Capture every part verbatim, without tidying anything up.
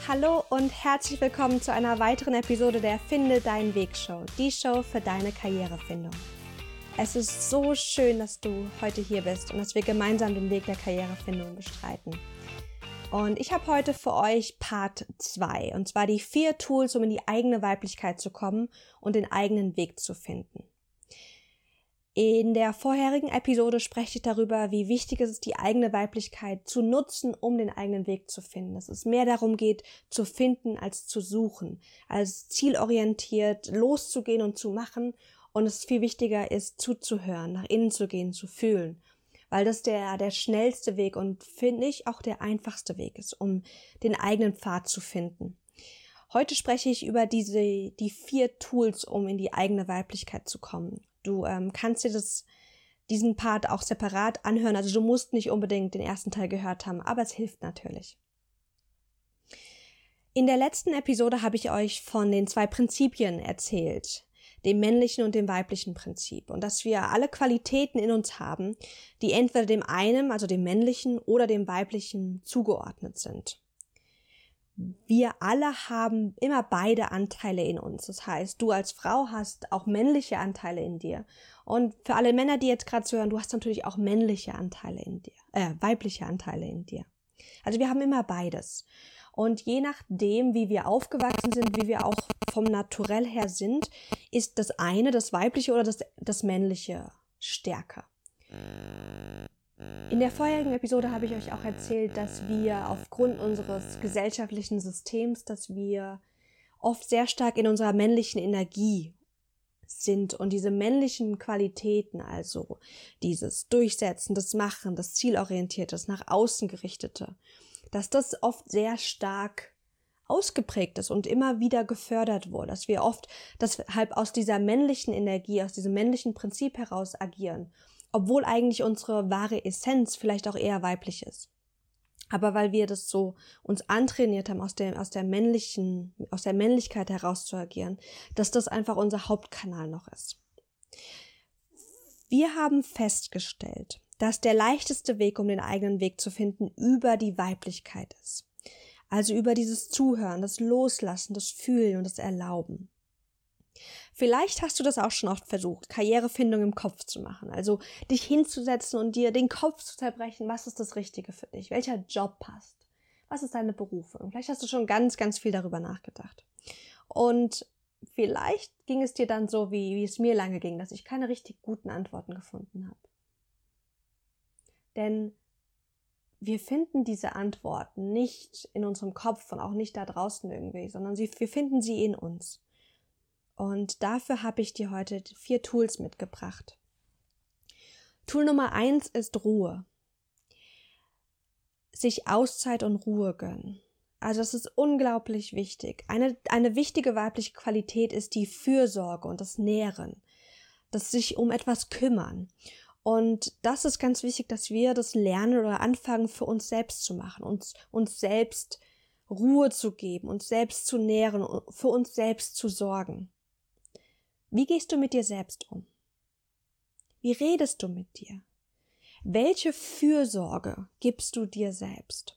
Hallo und herzlich willkommen zu einer weiteren Episode der Finde deinen Weg Show, die Show für deine Karrierefindung. Es ist so schön, dass du heute hier bist und dass wir gemeinsam den Weg der Karrierefindung bestreiten. Und ich habe heute für euch Part zwei, und zwar die vier Tools, um in die eigene Weiblichkeit zu kommen und den eigenen Weg zu finden. In der vorherigen Episode spreche ich darüber, wie wichtig es ist, die eigene Weiblichkeit zu nutzen, um den eigenen Weg zu finden. Dass es mehr darum geht, zu finden als zu suchen, als zielorientiert loszugehen und zu machen. Und es viel wichtiger ist, zuzuhören, nach innen zu gehen, zu fühlen. Weil das der, der schnellste Weg und, finde ich, auch der einfachste Weg ist, um den eigenen Pfad zu finden. Heute spreche ich über diese, die vier Tools, um in die eigene Weiblichkeit zu kommen. Du ähm, kannst dir das, diesen Part auch separat anhören, also du musst nicht unbedingt den ersten Teil gehört haben, aber es hilft natürlich. In der letzten Episode habe ich euch von den zwei Prinzipien erzählt, dem männlichen und dem weiblichen Prinzip, und dass wir alle Qualitäten in uns haben, die entweder dem einen, also dem männlichen, oder dem weiblichen zugeordnet sind. Wir alle haben immer beide Anteile in uns. Das heißt, du als Frau hast auch männliche Anteile in dir. Und für alle Männer, die jetzt gerade zuhören, du hast natürlich auch männliche Anteile in dir, äh, weibliche Anteile in dir. Also wir haben immer beides. Und je nachdem, wie wir aufgewachsen sind, wie wir auch vom Naturell her sind, ist das eine, das weibliche oder das, das männliche stärker. In der vorherigen Episode habe ich euch auch erzählt, dass wir aufgrund unseres gesellschaftlichen Systems, dass wir oft sehr stark in unserer männlichen Energie sind und diese männlichen Qualitäten, also dieses Durchsetzen, das Machen, das Zielorientierte, das nach außen gerichtete, dass das oft sehr stark ausgeprägt ist und immer wieder gefördert wurde, dass wir oft deshalb aus dieser männlichen Energie, aus diesem männlichen Prinzip heraus agieren, obwohl eigentlich unsere wahre Essenz vielleicht auch eher weiblich ist. Aber weil wir das so uns antrainiert haben, aus der, aus der männlichen, aus der Männlichkeit heraus zu agieren, dass das einfach unser Hauptkanal noch ist. Wir haben festgestellt, dass der leichteste Weg, um den eigenen Weg zu finden, über die Weiblichkeit ist. Also über dieses Zuhören, das Loslassen, das Fühlen und das Erlauben. Vielleicht hast du das auch schon oft versucht, Karrierefindung im Kopf zu machen, also dich hinzusetzen und dir den Kopf zu zerbrechen, was ist das Richtige für dich, welcher Job passt, was ist deine Berufung. Vielleicht hast du schon ganz, ganz viel darüber nachgedacht. Und vielleicht ging es dir dann so, wie, wie es mir lange ging, dass ich keine richtig guten Antworten gefunden habe. Denn wir finden diese Antworten nicht in unserem Kopf und auch nicht da draußen irgendwie, sondern sie, wir finden sie in uns. Und dafür habe ich dir heute vier Tools mitgebracht. Tool Nummer eins ist Ruhe. Sich Auszeit und Ruhe gönnen. Also das ist unglaublich wichtig. Eine, eine wichtige weibliche Qualität ist die Fürsorge und das Nähren. Das sich um etwas kümmern. Und das ist ganz wichtig, dass wir das lernen oder anfangen für uns selbst zu machen. Uns, uns selbst Ruhe zu geben, uns selbst zu nähren, für uns selbst zu sorgen. Wie gehst du mit dir selbst um? Wie redest du mit dir? Welche Fürsorge gibst du dir selbst?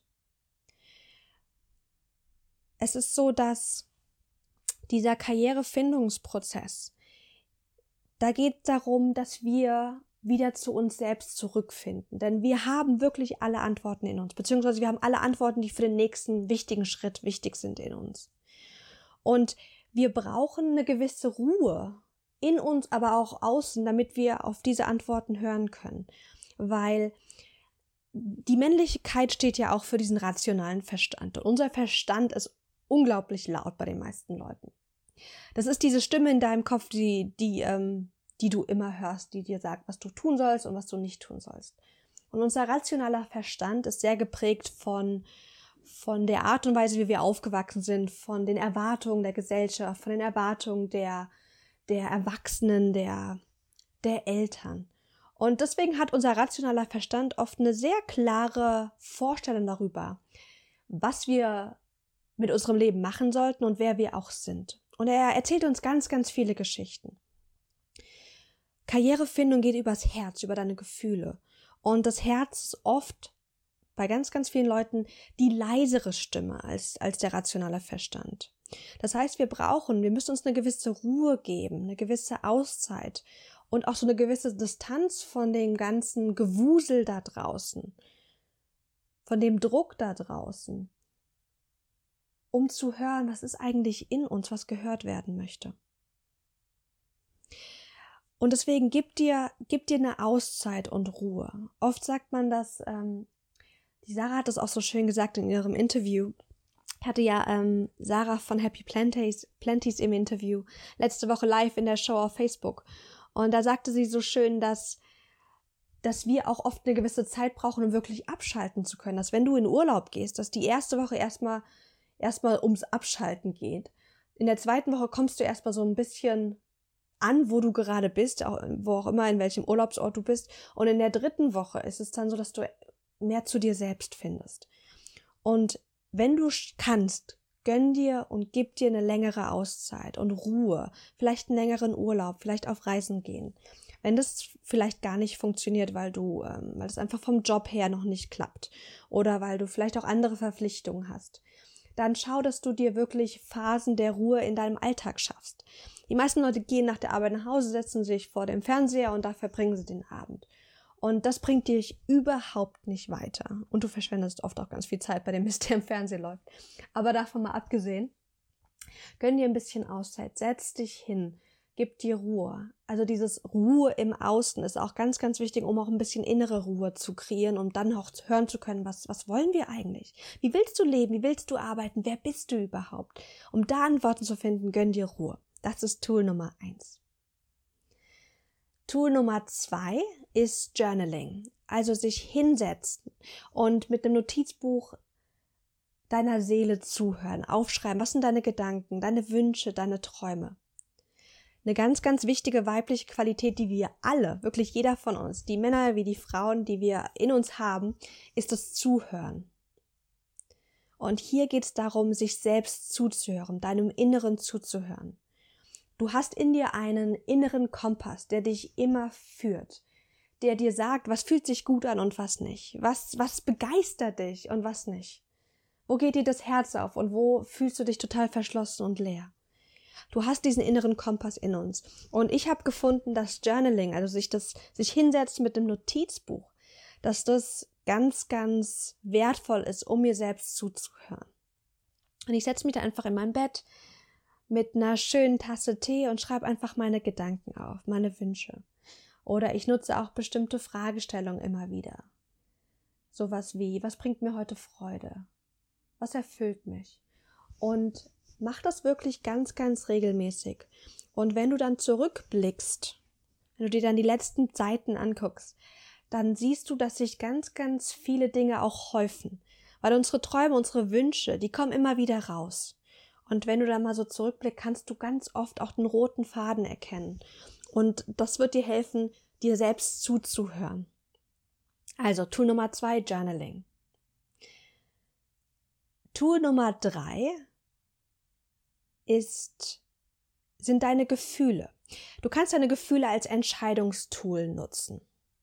Es ist so, dass dieser Karrierefindungsprozess, da geht es darum, dass wir wieder zu uns selbst zurückfinden. Denn wir haben wirklich alle Antworten in uns, beziehungsweise wir haben alle Antworten, die für den nächsten wichtigen Schritt wichtig sind in uns. Und wir brauchen eine gewisse Ruhe in uns, aber auch außen, damit wir auf diese Antworten hören können. Weil die Männlichkeit steht ja auch für diesen rationalen Verstand. Und unser Verstand ist unglaublich laut bei den meisten Leuten. Das ist diese Stimme in deinem Kopf, die, die, ähm, die du immer hörst, die dir sagt, was du tun sollst und was du nicht tun sollst. Und unser rationaler Verstand ist sehr geprägt von von der Art und Weise, wie wir aufgewachsen sind, von den Erwartungen der Gesellschaft, von den Erwartungen der, der Erwachsenen, der, der Eltern. Und deswegen hat unser rationaler Verstand oft eine sehr klare Vorstellung darüber, was wir mit unserem Leben machen sollten und wer wir auch sind. Und er erzählt uns ganz, ganz viele Geschichten. Karrierefindung geht übers Herz, über deine Gefühle. Und das Herz ist oft bei ganz, ganz vielen Leuten die leisere Stimme als, als der rationale Verstand. Das heißt, wir brauchen, wir müssen uns eine gewisse Ruhe geben, eine gewisse Auszeit und auch so eine gewisse Distanz von dem ganzen Gewusel da draußen, von dem Druck da draußen, um zu hören, was ist eigentlich in uns, was gehört werden möchte. Und deswegen gib dir, gib dir eine Auszeit und Ruhe. Oft sagt man das, ähm, die Sarah hat das auch so schön gesagt in ihrem Interview. Ich hatte ja ähm, Sarah von Happy Planties, Planties im Interview letzte Woche live in der Show auf Facebook. Und da sagte sie so schön, dass, dass wir auch oft eine gewisse Zeit brauchen, um wirklich abschalten zu können. Dass wenn du in Urlaub gehst, dass die erste Woche erstmal erstmal ums Abschalten geht. In der zweiten Woche kommst du erstmal so ein bisschen an, wo du gerade bist, auch, wo auch immer, in welchem Urlaubsort du bist. Und in der dritten Woche ist es dann so, dass du mehr zu dir selbst findest. Und wenn du kannst, gönn dir und gib dir eine längere Auszeit und Ruhe, vielleicht einen längeren Urlaub, vielleicht auf Reisen gehen. Wenn das vielleicht gar nicht funktioniert, weil du, ähm, weil es einfach vom Job her noch nicht klappt oder weil du vielleicht auch andere Verpflichtungen hast, dann schau, dass du dir wirklich Phasen der Ruhe in deinem Alltag schaffst. Die meisten Leute gehen nach der Arbeit nach Hause, setzen sich vor dem Fernseher und da verbringen sie den Abend. Und das bringt dich überhaupt nicht weiter. Und du verschwendest oft auch ganz viel Zeit bei dem Mist, der im Fernsehen läuft. Aber davon mal abgesehen, gönn dir ein bisschen Auszeit, setz dich hin, gib dir Ruhe. Also dieses Ruhe im Außen ist auch ganz, ganz wichtig, um auch ein bisschen innere Ruhe zu kreieren, um dann auch hören zu können, was, was wollen wir eigentlich? Wie willst du leben? Wie willst du arbeiten? Wer bist du überhaupt? Um da Antworten zu finden, gönn dir Ruhe. Das ist Tool Nummer eins. Tool Nummer zwei ist Journaling, also sich hinsetzen und mit einem Notizbuch deiner Seele zuhören, aufschreiben, was sind deine Gedanken, deine Wünsche, deine Träume. Eine ganz, ganz wichtige weibliche Qualität, die wir alle, wirklich jeder von uns, die Männer wie die Frauen, die wir in uns haben, ist das Zuhören. Und hier geht es darum, sich selbst zuzuhören, deinem Inneren zuzuhören. Du hast in dir einen inneren Kompass, der dich immer führt, der dir sagt, was fühlt sich gut an und was nicht, was, was begeistert dich und was nicht. Wo geht dir das Herz auf und wo fühlst du dich total verschlossen und leer? Du hast diesen inneren Kompass in uns. Und ich habe gefunden, dass Journaling, also sich das, sich hinsetzen mit dem Notizbuch, dass das ganz, ganz wertvoll ist, um mir selbst zuzuhören. Und ich setze mich da einfach in mein Bett mit einer schönen Tasse Tee und schreibe einfach meine Gedanken auf, meine Wünsche. Oder ich nutze auch bestimmte Fragestellungen immer wieder. Sowas wie, was bringt mir heute Freude? Was erfüllt mich? Und mach das wirklich ganz, ganz regelmäßig. Und wenn du dann zurückblickst, wenn du dir dann die letzten Seiten anguckst, dann siehst du, dass sich ganz, ganz viele Dinge auch häufen. Weil unsere Träume, unsere Wünsche, die kommen immer wieder raus. Und wenn du da mal so zurückblickst, kannst du ganz oft auch den roten Faden erkennen. Und das wird dir helfen, dir selbst zuzuhören. Also Tool Nummer zwei, Journaling. Tool Nummer drei ist, sind deine Gefühle. Du kannst deine Gefühle als Entscheidungstool nutzen.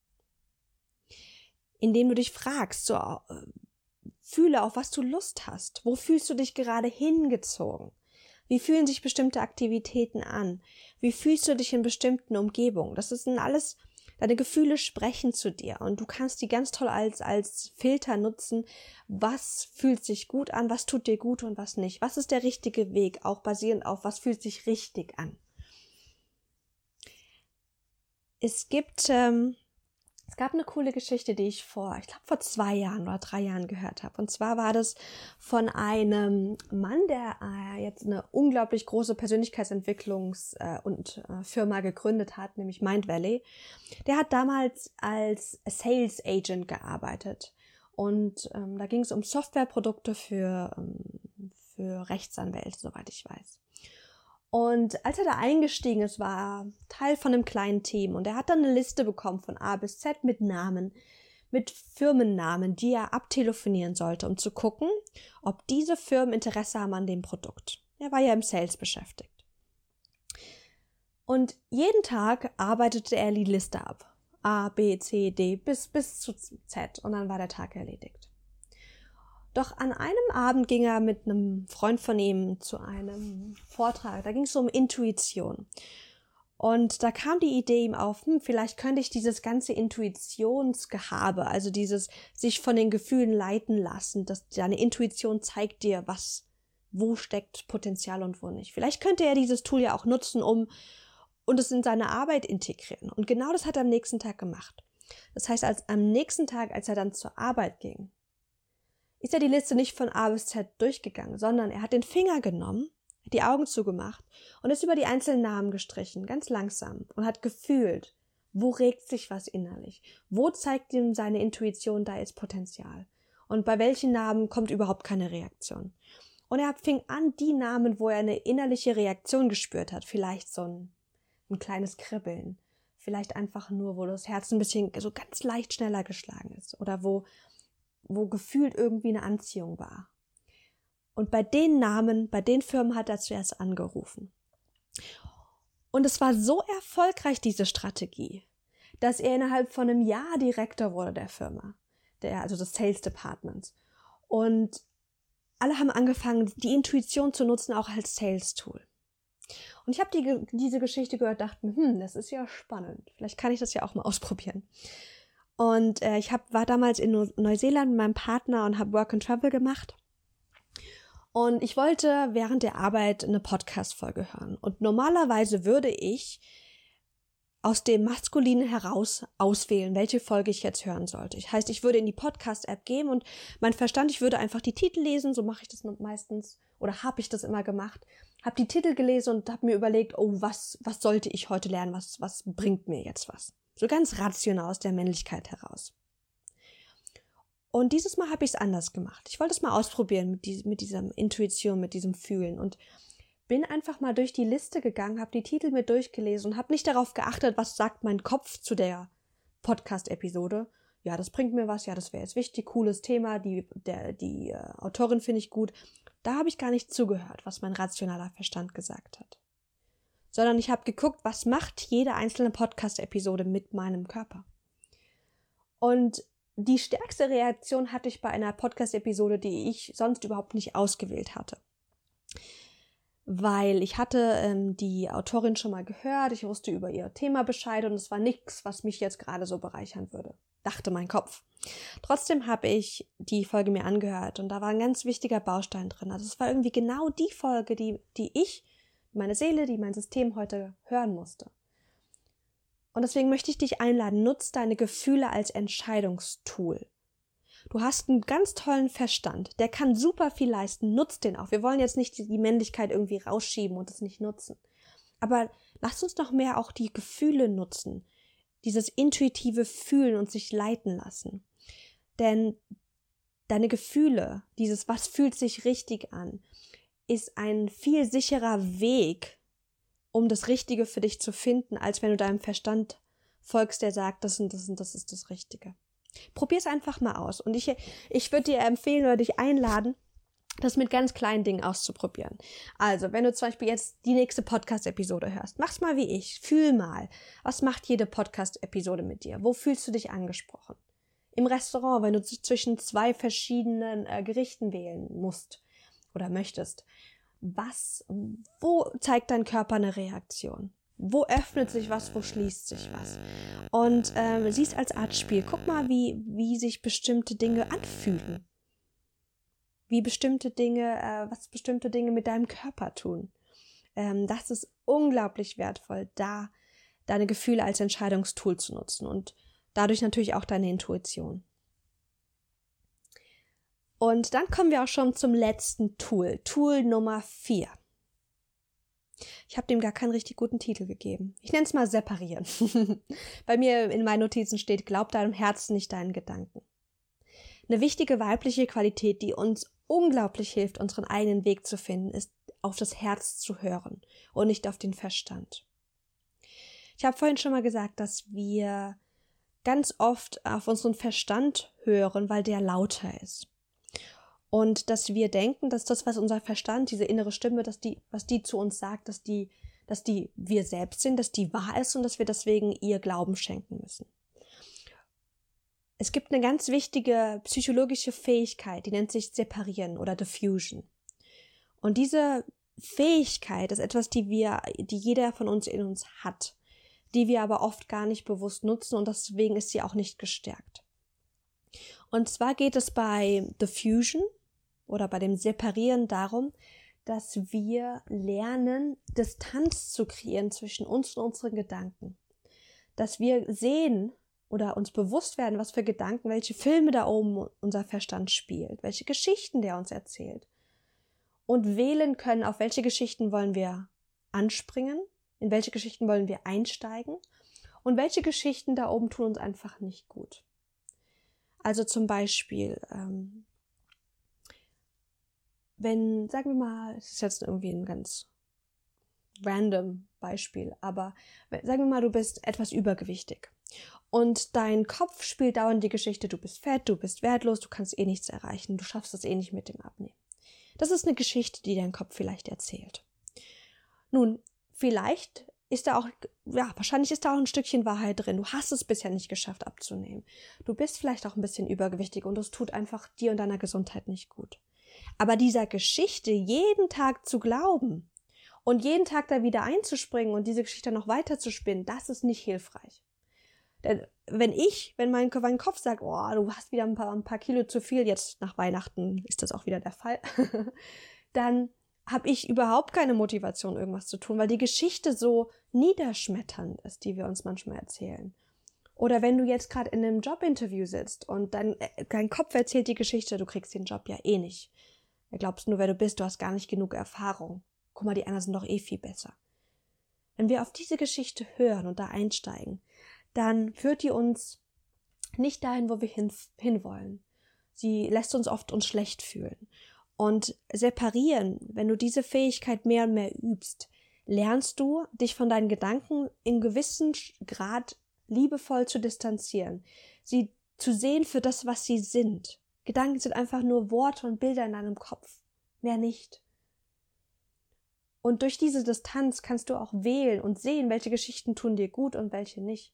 Indem du dich fragst, so, fühle, auf was du Lust hast. Wo fühlst du dich gerade hingezogen? Wie fühlen sich bestimmte Aktivitäten an? Wie fühlst du dich in bestimmten Umgebungen? Das sind alles, deine Gefühle sprechen zu dir und du kannst die ganz toll als, als Filter nutzen. Was fühlt sich gut an? Was tut dir gut und was nicht? Was ist der richtige Weg? Auch basierend auf, was fühlt sich richtig an? Es gibt, ähm, Es gab eine coole Geschichte, die ich vor, ich glaube vor zwei Jahren oder drei Jahren gehört habe. Und zwar war das von einem Mann, der äh, jetzt eine unglaublich große Persönlichkeitsentwicklungs- äh, und äh, Firma gegründet hat, nämlich Mind Valley. Der hat damals als Sales Agent gearbeitet. Und ähm, da ging es um Softwareprodukte für, ähm, für Rechtsanwälte, soweit ich weiß. Und als er da eingestiegen ist, war er Teil von einem kleinen Team und er hat dann eine Liste bekommen von A bis Z mit Namen, mit Firmennamen, die er abtelefonieren sollte, um zu gucken, ob diese Firmen Interesse haben an dem Produkt. Er war ja im Sales beschäftigt. Und jeden Tag arbeitete er die Liste ab. A, B, C, D bis, bis zu Z und dann war der Tag erledigt. Doch an einem Abend ging er mit einem Freund von ihm zu einem Vortrag. Da ging es um Intuition. Und da kam die Idee ihm auf, hm, vielleicht könnte ich dieses ganze Intuitionsgehabe, also dieses sich von den Gefühlen leiten lassen, dass deine Intuition zeigt dir, was, wo steckt Potenzial und wo nicht. Vielleicht könnte er dieses Tool ja auch nutzen, um und es in seine Arbeit integrieren. Und genau das hat er am nächsten Tag gemacht. Das heißt, als am nächsten Tag, als er dann zur Arbeit ging, ist er die Liste nicht von A bis Z durchgegangen, sondern er hat den Finger genommen, hat die Augen zugemacht und ist über die einzelnen Namen gestrichen, ganz langsam, und hat gefühlt, wo regt sich was innerlich, wo zeigt ihm seine Intuition, da ist Potenzial und bei welchen Namen kommt überhaupt keine Reaktion. Und er fing an, die Namen, wo er eine innerliche Reaktion gespürt hat, vielleicht so ein, ein kleines Kribbeln, vielleicht einfach nur, wo das Herz ein bisschen so ganz leicht schneller geschlagen ist oder wo, wo gefühlt irgendwie eine Anziehung war. Und bei den Namen, bei den Firmen hat er zuerst angerufen. Und es war so erfolgreich, diese Strategie, dass er innerhalb von einem Jahr Direktor wurde der Firma, der, also des Sales Departments. Und alle haben angefangen, die Intuition zu nutzen, auch als Sales-Tool. Und ich habe die, diese Geschichte gehört, dachte mir, hm, das ist ja spannend. Vielleicht kann ich das ja auch mal ausprobieren. Und äh, ich hab, war damals in Neuseeland mit meinem Partner und habe Work and Travel gemacht. Und ich wollte während der Arbeit eine Podcast-Folge hören. Und normalerweise würde ich aus dem Maskulinen heraus auswählen, welche Folge ich jetzt hören sollte. Das heißt, ich würde in die Podcast-App gehen und mein Verstand, ich würde einfach die Titel lesen, so mache ich das meistens oder habe ich das immer gemacht, habe die Titel gelesen und habe mir überlegt, oh, was was sollte ich heute lernen, was was bringt mir jetzt was? So ganz rational aus der Männlichkeit heraus. Und dieses Mal habe ich es anders gemacht. Ich wollte es mal ausprobieren mit, die, mit dieser Intuition, mit diesem Fühlen und bin einfach mal durch die Liste gegangen, habe die Titel mir durchgelesen und habe nicht darauf geachtet, was sagt mein Kopf zu der Podcast-Episode. Ja, das bringt mir was, ja, das wäre jetzt wichtig, cooles Thema, die, der, die äh, Autorin finde ich gut. Da habe ich gar nicht zugehört, was mein rationaler Verstand gesagt hat. Sondern ich habe geguckt, was macht jede einzelne Podcast-Episode mit meinem Körper. Und die stärkste Reaktion hatte ich bei einer Podcast-Episode, die ich sonst überhaupt nicht ausgewählt hatte. Weil ich hatte ähm, die Autorin schon mal gehört, ich wusste über ihr Thema Bescheid und es war nichts, was mich jetzt gerade so bereichern würde, dachte mein Kopf. Trotzdem habe ich die Folge mir angehört und da war ein ganz wichtiger Baustein drin. Also es war irgendwie genau die Folge, die, die ich, meine Seele, die mein System heute hören musste. Und deswegen möchte ich dich einladen, nutz deine Gefühle als Entscheidungstool. Du hast einen ganz tollen Verstand, der kann super viel leisten, nutz den auch. Wir wollen jetzt nicht die, die Männlichkeit irgendwie rausschieben und es nicht nutzen. Aber lass uns doch mehr auch die Gefühle nutzen, dieses intuitive Fühlen und sich leiten lassen. Denn deine Gefühle, dieses was fühlt sich richtig an, ist ein viel sicherer Weg, um das Richtige für dich zu finden, als wenn du deinem Verstand folgst, der sagt, das und das und das ist das Richtige. Probier es einfach mal aus. Und ich, ich würde dir empfehlen oder dich einladen, das mit ganz kleinen Dingen auszuprobieren. Also, wenn du zum Beispiel jetzt die nächste Podcast-Episode hörst, mach's mal wie ich. Fühl mal. Was macht jede Podcast-Episode mit dir? Wo fühlst du dich angesprochen? Im Restaurant, wenn du zwischen zwei verschiedenen äh, Gerichten wählen musst oder möchtest. Was, wo zeigt dein Körper eine Reaktion? Wo öffnet sich was, wo schließt sich was? Und ähm, siehst als Art Spiel. Guck mal, wie, wie sich bestimmte Dinge anfühlen. Wie bestimmte Dinge, äh, was bestimmte Dinge mit deinem Körper tun. Ähm, das ist unglaublich wertvoll, da deine Gefühle als Entscheidungstool zu nutzen und dadurch natürlich auch deine Intuition. Und dann kommen wir auch schon zum letzten Tool. Tool Nummer vier. Ich habe dem gar keinen richtig guten Titel gegeben. Ich nenne es mal separieren. Bei mir in meinen Notizen steht, glaub deinem Herzen, nicht deinen Gedanken. Eine wichtige weibliche Qualität, die uns unglaublich hilft, unseren eigenen Weg zu finden, ist, auf das Herz zu hören und nicht auf den Verstand. Ich habe vorhin schon mal gesagt, dass wir ganz oft auf unseren Verstand hören, weil der lauter ist. Und dass wir denken, dass das, was unser Verstand, diese innere Stimme, dass die, was die zu uns sagt, dass die, dass die wir selbst sind, dass die wahr ist und dass wir deswegen ihr Glauben schenken müssen. Es gibt eine ganz wichtige psychologische Fähigkeit, die nennt sich Separieren oder Diffusion. Und diese Fähigkeit ist etwas, die wir, die jeder von uns in uns hat, die wir aber oft gar nicht bewusst nutzen und deswegen ist sie auch nicht gestärkt. Und zwar geht es bei Diffusion oder bei dem Separieren darum, dass wir lernen, Distanz zu kreieren zwischen uns und unseren Gedanken. Dass wir sehen oder uns bewusst werden, was für Gedanken, welche Filme da oben unser Verstand spielt, welche Geschichten der uns erzählt. Und wählen können, auf welche Geschichten wollen wir anspringen, in welche Geschichten wollen wir einsteigen und welche Geschichten da oben tun uns einfach nicht gut. Also zum Beispiel, ähm, wenn, sagen wir mal, es ist jetzt irgendwie ein ganz random Beispiel, aber sagen wir mal, du bist etwas übergewichtig und dein Kopf spielt dauernd die Geschichte, du bist fett, du bist wertlos, du kannst eh nichts erreichen, du schaffst es eh nicht mit dem Abnehmen. Das ist eine Geschichte, die dein Kopf vielleicht erzählt. Nun, vielleicht ist da auch, ja, wahrscheinlich ist da auch ein Stückchen Wahrheit drin. Du hast es bisher nicht geschafft abzunehmen. Du bist vielleicht auch ein bisschen übergewichtig und es tut einfach dir und deiner Gesundheit nicht gut. Aber dieser Geschichte jeden Tag zu glauben und jeden Tag da wieder einzuspringen und diese Geschichte noch weiter zu spinnen, das ist nicht hilfreich. Denn wenn ich, wenn mein, mein Kopf sagt, oh, du hast wieder ein paar, ein paar Kilo zu viel, jetzt nach Weihnachten ist das auch wieder der Fall, dann habe ich überhaupt keine Motivation, irgendwas zu tun, weil die Geschichte so niederschmetternd ist, die wir uns manchmal erzählen. Oder wenn du jetzt gerade in einem Jobinterview sitzt und dein, dein Kopf erzählt die Geschichte, du kriegst den Job ja eh nicht. Du glaubst nur, wer du bist, du hast gar nicht genug Erfahrung. Guck mal, die anderen sind doch eh viel besser. Wenn wir auf diese Geschichte hören und da einsteigen, dann führt die uns nicht dahin, wo wir hin, hinwollen. Sie lässt uns oft uns schlecht fühlen. Und separieren, wenn du diese Fähigkeit mehr und mehr übst, lernst du, dich von deinen Gedanken in gewissem Grad liebevoll zu distanzieren, sie zu sehen für das, was sie sind. Gedanken sind einfach nur Worte und Bilder in deinem Kopf, mehr nicht. Und durch diese Distanz kannst du auch wählen und sehen, welche Geschichten tun dir gut und welche nicht.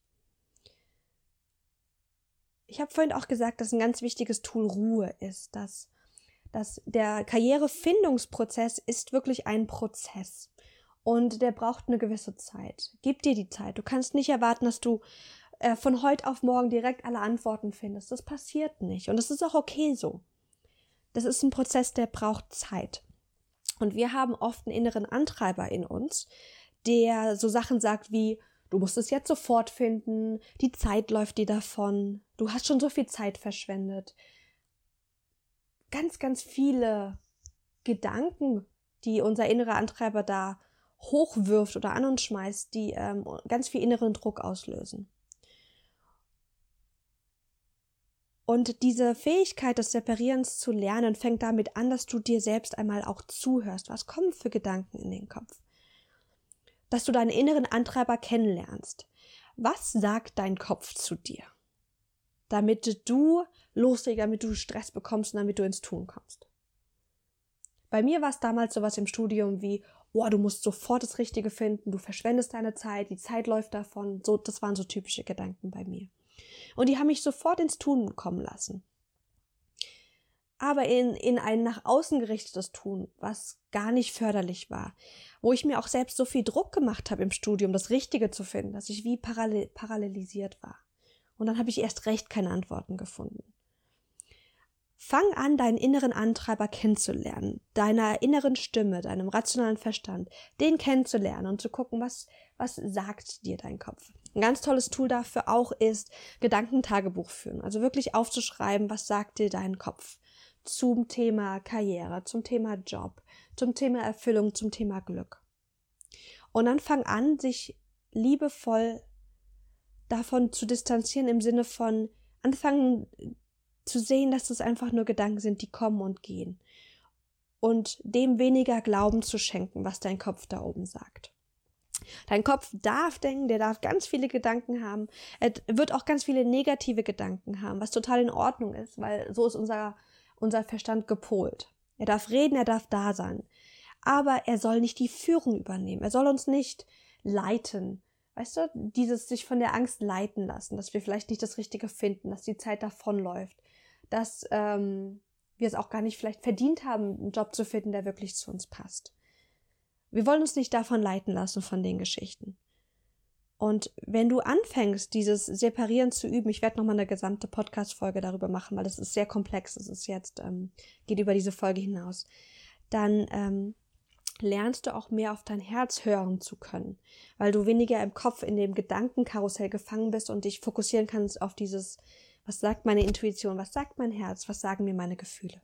Ich habe vorhin auch gesagt, dass ein ganz wichtiges Tool Ruhe ist, dass, dass der Karrierefindungsprozess ist wirklich ein Prozess und der braucht eine gewisse Zeit. Gib dir die Zeit. Du kannst nicht erwarten, dass du äh, von heute auf morgen direkt alle Antworten findest. Das passiert nicht und das ist auch okay so. Das ist ein Prozess, der braucht Zeit. Und wir haben oft einen inneren Antreiber in uns, der so Sachen sagt wie, du musst es jetzt sofort finden, die Zeit läuft dir davon, du hast schon so viel Zeit verschwendet. Ganz, ganz viele Gedanken, die unser innerer Antreiber da hochwirft oder an uns schmeißt, die ähm, ganz viel inneren Druck auslösen. Und diese Fähigkeit des Separierens zu lernen, fängt damit an, dass du dir selbst einmal auch zuhörst. Was kommen für Gedanken in den Kopf? Dass du deinen inneren Antreiber kennenlernst. Was sagt dein Kopf zu dir? Damit du loslegst, damit du Stress bekommst und damit du ins Tun kommst. Bei mir war es damals sowas im Studium wie, oh, du musst sofort das Richtige finden, du verschwendest deine Zeit, die Zeit läuft davon. So, das waren so typische Gedanken bei mir. Und die haben mich sofort ins Tun kommen lassen. Aber in, in ein nach außen gerichtetes Tun, was gar nicht förderlich war, wo ich mir auch selbst so viel Druck gemacht habe im Studium, das Richtige zu finden, dass ich wie parallel, parallelisiert war. Und dann habe ich erst recht keine Antworten gefunden. Fang an, deinen inneren Antreiber kennenzulernen, deiner inneren Stimme, deinem rationalen Verstand, den kennenzulernen und zu gucken, was, was sagt dir dein Kopf. Ein ganz tolles Tool dafür auch ist Gedankentagebuch führen, also wirklich aufzuschreiben, was sagt dir dein Kopf zum Thema Karriere, zum Thema Job, zum Thema Erfüllung, zum Thema Glück. Und dann fang an, sich liebevoll davon zu distanzieren im Sinne von anfangen zu sehen, dass das einfach nur Gedanken sind, die kommen und gehen. Und dem weniger Glauben zu schenken, was dein Kopf da oben sagt. Dein Kopf darf denken, der darf ganz viele Gedanken haben. Er wird auch ganz viele negative Gedanken haben, was total in Ordnung ist, weil so ist unser, unser Verstand gepolt. Er darf reden, er darf da sein. Aber er soll nicht die Führung übernehmen. Er soll uns nicht leiten, Weißt du, dieses sich von der Angst leiten lassen, dass wir vielleicht nicht das Richtige finden, dass die Zeit davonläuft, dass ähm, wir es auch gar nicht vielleicht verdient haben, einen Job zu finden, der wirklich zu uns passt. Wir wollen uns nicht davon leiten lassen, von den Geschichten. Und wenn du anfängst, dieses Separieren zu üben, ich werde nochmal eine gesamte Podcast-Folge darüber machen, weil das ist sehr komplex, es ist jetzt, ähm, geht über diese Folge hinaus, dann ähm, lernst du auch mehr auf dein Herz hören zu können, weil du weniger im Kopf in dem Gedankenkarussell gefangen bist und dich fokussieren kannst auf dieses, was sagt meine Intuition, was sagt mein Herz, was sagen mir meine Gefühle.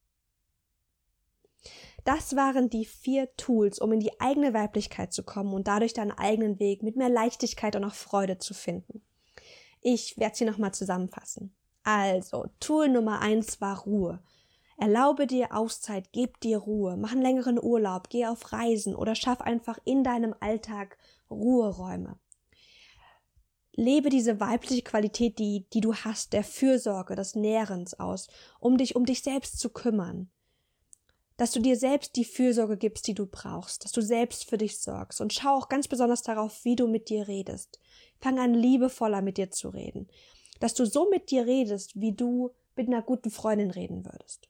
Das waren die vier Tools, um in die eigene Weiblichkeit zu kommen und dadurch deinen eigenen Weg mit mehr Leichtigkeit und auch Freude zu finden. Ich werde sie nochmal zusammenfassen. Also, Tool Nummer eins war Ruhe. Erlaube dir Auszeit, gib dir Ruhe, mach einen längeren Urlaub, geh auf Reisen oder schaff einfach in deinem Alltag Ruheräume. Lebe diese weibliche Qualität, die, die du hast, der Fürsorge, des Nährens aus, um dich um dich selbst zu kümmern. Dass du dir selbst die Fürsorge gibst, die du brauchst, dass du selbst für dich sorgst und schau auch ganz besonders darauf, wie du mit dir redest. Fang an, liebevoller mit dir zu reden. Dass du so mit dir redest, wie du mit einer guten Freundin reden würdest.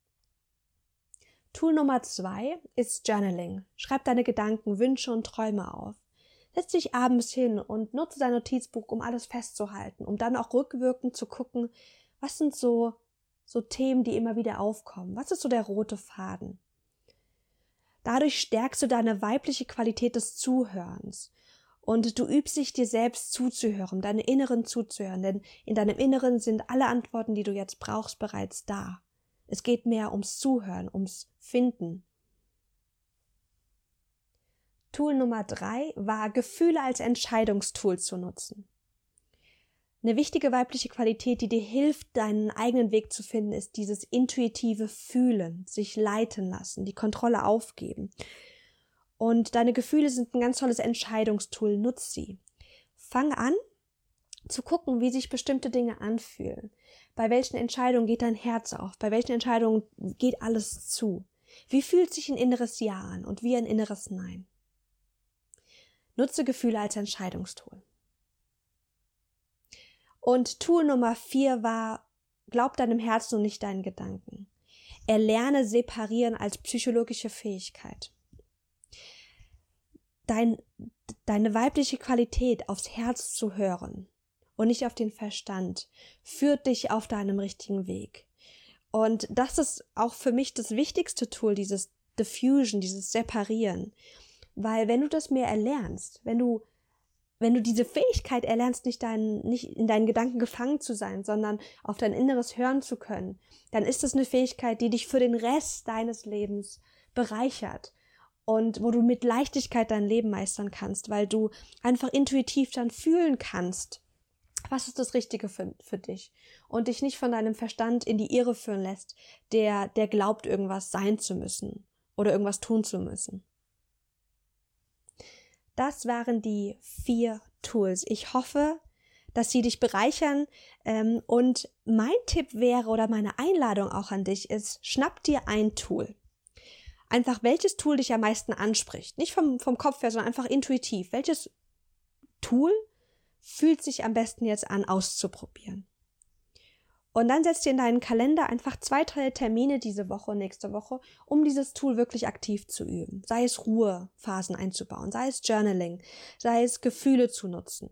Tool Nummer zwei ist Journaling. Schreib deine Gedanken, Wünsche und Träume auf. Setz dich abends hin und nutze dein Notizbuch, um alles festzuhalten, um dann auch rückwirkend zu gucken, was sind so, so Themen, die immer wieder aufkommen. Was ist so der rote Faden? Dadurch stärkst du deine weibliche Qualität des Zuhörens. Und du übst dich, dir selbst zuzuhören, deine Inneren zuzuhören, denn in deinem Inneren sind alle Antworten, die du jetzt brauchst, bereits da. Es geht mehr ums Zuhören, ums Finden. Tool Nummer drei war, Gefühle als Entscheidungstool zu nutzen. Eine wichtige weibliche Qualität, die dir hilft, deinen eigenen Weg zu finden, ist dieses intuitive Fühlen, sich leiten lassen, die Kontrolle aufgeben. Und deine Gefühle sind ein ganz tolles Entscheidungstool, nutz sie. Fang an, zu gucken, wie sich bestimmte Dinge anfühlen. Bei welchen Entscheidungen geht dein Herz auf? Bei welchen Entscheidungen geht alles zu? Wie fühlt sich ein inneres Ja an und wie ein inneres Nein? Nutze Gefühle als Entscheidungstool. Und Tool Nummer vier war, glaub deinem Herzen und nicht deinen Gedanken. Erlerne Separieren als psychologische Fähigkeit. Dein, deine weibliche Qualität, aufs Herz zu hören und nicht auf den Verstand, führt dich auf deinem richtigen Weg. Und das ist auch für mich das wichtigste Tool, dieses Diffusion, dieses Separieren. Weil wenn du das mehr erlernst, wenn du, wenn du diese Fähigkeit erlernst, nicht, dein, nicht in deinen Gedanken gefangen zu sein, sondern auf dein Inneres hören zu können, dann ist das eine Fähigkeit, die dich für den Rest deines Lebens bereichert. Und wo du mit Leichtigkeit dein Leben meistern kannst, weil du einfach intuitiv dann fühlen kannst, was ist das Richtige für, für dich? Und dich nicht von deinem Verstand in die Irre führen lässt, der, der glaubt, irgendwas sein zu müssen oder irgendwas tun zu müssen. Das waren die vier Tools. Ich hoffe, dass sie dich bereichern. Ähm, und mein Tipp wäre oder meine Einladung auch an dich ist, schnapp dir ein Tool. Einfach welches Tool dich am meisten anspricht. Nicht vom, vom Kopf her, sondern einfach intuitiv. Welches Tool fühlt sich am besten jetzt an, auszuprobieren. Und dann setzt dir in deinen Kalender einfach zwei, drei Termine diese Woche und nächste Woche, um dieses Tool wirklich aktiv zu üben. Sei es Ruhephasen einzubauen, sei es Journaling, sei es Gefühle zu nutzen.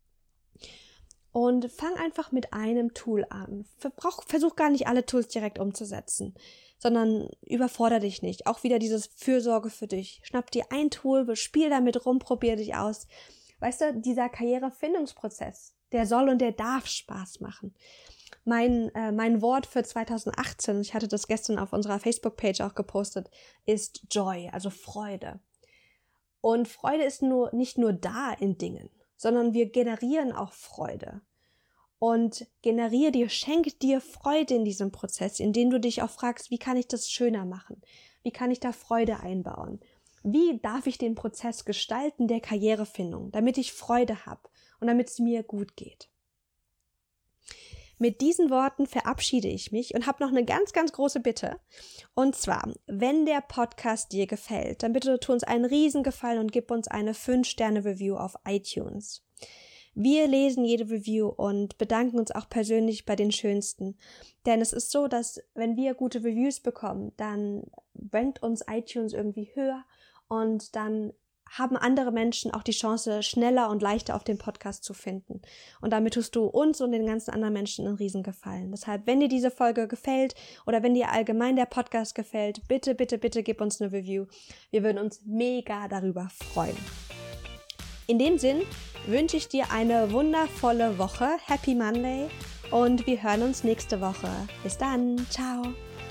Und fang einfach mit einem Tool an. Verbrauch, versuch gar nicht alle Tools direkt umzusetzen, sondern überfordere dich nicht. Auch wieder dieses Fürsorge für dich. Schnapp dir ein Tool, spiel damit rum, probier dich aus. Weißt du, dieser Karrierefindungsprozess, der soll und der darf Spaß machen. Mein, äh, mein Wort für zweitausendachtzehn, ich hatte das gestern auf unserer Facebook-Page auch gepostet, ist Joy, also Freude. Und Freude ist nur nicht nur da in Dingen, sondern wir generieren auch Freude. Und generiere dir, schenk dir Freude in diesem Prozess, indem du dich auch fragst, wie kann ich das schöner machen? Wie kann ich da Freude einbauen? Wie darf ich den Prozess gestalten der Karrierefindung, damit ich Freude habe und damit es mir gut geht? Mit diesen Worten verabschiede ich mich und habe noch eine ganz, ganz große Bitte. Und zwar, wenn der Podcast dir gefällt, dann bitte tu uns einen Riesengefallen und gib uns eine fünf Sterne Review auf iTunes. Wir lesen jede Review und bedanken uns auch persönlich bei den schönsten. Denn es ist so, dass wenn wir gute Reviews bekommen, dann rankt uns iTunes irgendwie höher und dann haben andere Menschen auch die Chance, schneller und leichter auf den Podcast zu finden. Und damit tust du uns und den ganzen anderen Menschen einen Riesengefallen. Deshalb, wenn dir diese Folge gefällt oder wenn dir allgemein der Podcast gefällt, bitte, bitte, bitte gib uns eine Review. Wir würden uns mega darüber freuen. In dem Sinn wünsche ich dir eine wundervolle Woche. Happy Monday und wir hören uns nächste Woche. Bis dann. Ciao.